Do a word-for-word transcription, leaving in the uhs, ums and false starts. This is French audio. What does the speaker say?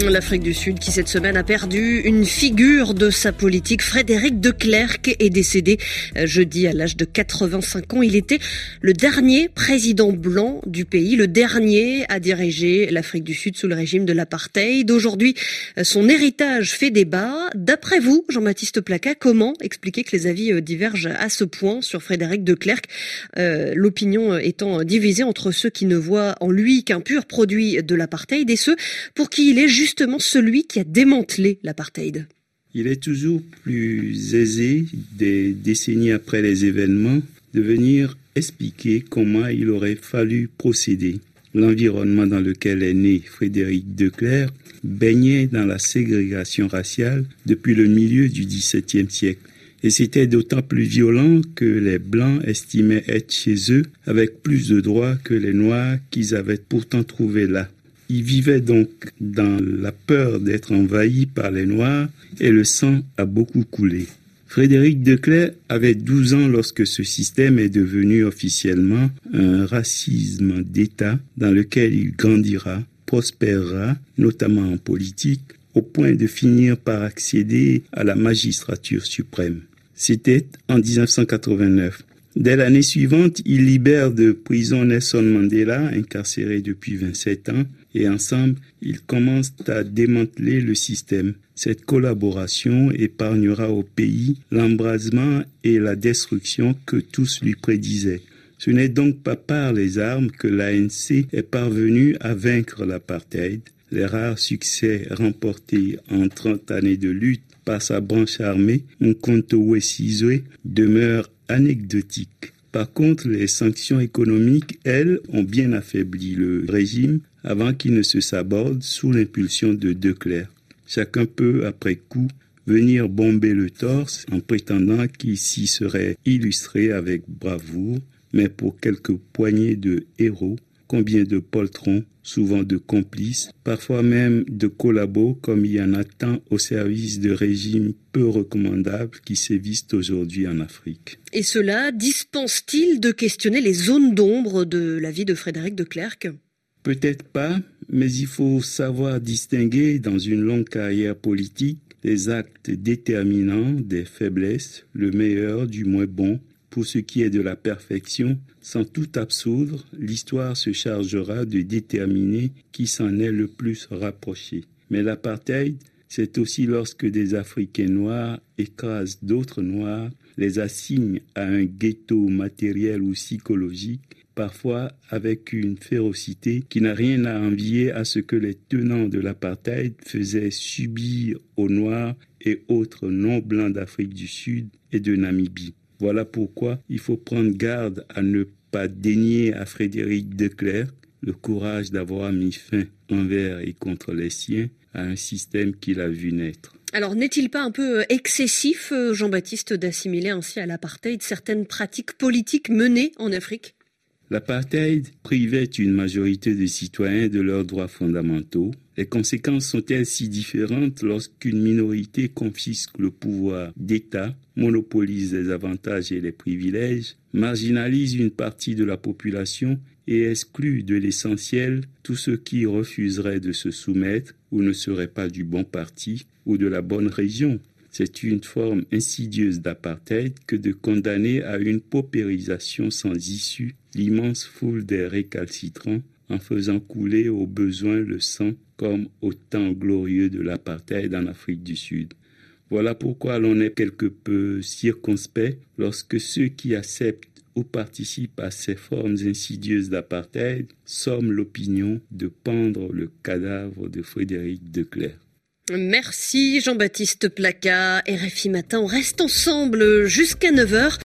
L'Afrique du Sud qui cette semaine a perdu une figure de sa politique. Frédéric de Klerk est décédé jeudi à l'âge de quatre-vingt-cinq ans. Il était le dernier président blanc du pays, le dernier à diriger l'Afrique du Sud sous le régime de l'apartheid. Aujourd'hui, son héritage fait débat. D'après vous, Jean-Baptiste Placas, comment expliquer que les avis divergent à ce point sur Frédéric de Klerk, euh, l'opinion étant divisée entre ceux qui ne voient en lui qu'un pur produit de l'apartheid et ceux pour qui il est justement celui qui a démantelé l'apartheid? Il est toujours plus aisé, des décennies après les événements, de venir expliquer comment il aurait fallu procéder. L'environnement dans lequel est né Frédéric de Klerk baignait dans la ségrégation raciale depuis le milieu du dix-septième siècle. Et c'était d'autant plus violent que les Blancs estimaient être chez eux avec plus de droits que les Noirs qu'ils avaient pourtant trouvés là. Ils vivaient donc dans la peur d'être envahis par les Noirs et le sang a beaucoup coulé. Frédéric de Klerk avait douze ans lorsque ce système est devenu officiellement un racisme d'État dans lequel il grandira, prospérera, notamment en politique, au point de finir par accéder à la magistrature suprême. C'était en dix-neuf cent quatre-vingt-neuf. Dès l'année suivante, il libère de prison Nelson Mandela, incarcéré depuis vingt-sept ans, et ensemble, ils commencent à démanteler le système. Cette collaboration épargnera au pays l'embrasement et la destruction que tous lui prédisaient. Ce n'est donc pas par les armes que l'A N C est parvenue à vaincre l'apartheid. Les rares succès remportés en trente années de lutte par sa branche armée, Umkhonto we Sizwe, demeurent anecdotiques. Par contre, les sanctions économiques, elles, ont bien affaibli le régime avant qu'il ne se saborde sous l'impulsion de De Klerk. Chacun peut, après coup, venir bomber le torse en prétendant qu'il s'y serait illustré avec bravoure, mais pour quelques poignées de héros, combien de poltrons, souvent de complices, parfois même de collabos comme il y en a tant au service de régimes peu recommandables qui sévissent aujourd'hui en Afrique. Et cela dispense-t-il de questionner les zones d'ombre de la vie de Frédéric de Klerk ? Peut-être pas, mais il faut savoir distinguer dans une longue carrière politique les actes déterminants des faiblesses, le meilleur du moins bon. Pour ce qui est de la perfection, sans tout absoudre, l'histoire se chargera de déterminer qui s'en est le plus rapproché. Mais l'apartheid, c'est aussi lorsque des Africains noirs écrasent d'autres noirs, les assignent à un ghetto matériel ou psychologique, parfois avec une férocité qui n'a rien à envier à ce que les tenants de l'apartheid faisaient subir aux Noirs et autres non-blancs d'Afrique du Sud et de Namibie. Voilà pourquoi il faut prendre garde à ne pas dénier à Frédéric de Klerk le courage d'avoir mis fin envers et contre les siens à un système qu'il a vu naître. Alors, n'est-il pas un peu excessif, Jean-Baptiste, d'assimiler ainsi à l'apartheid certaines pratiques politiques menées en Afrique ? L'apartheid privait une majorité de citoyens de leurs droits fondamentaux. Les conséquences sont-elles si différentes lorsqu'une minorité confisque le pouvoir d'État, monopolise les avantages et les privilèges, marginalise une partie de la population et exclut de l'essentiel tous ceux qui refuseraient de se soumettre ou ne seraient pas du bon parti ou de la bonne région? C'est une forme insidieuse d'apartheid que de condamner à une paupérisation sans issue l'immense foule des récalcitrants en faisant couler au besoin le sang comme au temps glorieux de l'apartheid en Afrique du Sud. Voilà pourquoi l'on est quelque peu circonspect lorsque ceux qui acceptent ou participent à ces formes insidieuses d'apartheid somment l'opinion de pendre le cadavre de Frédéric de Klerk. Merci Jean-Baptiste Placas, R F I Matin. On reste ensemble jusqu'à neuf heures.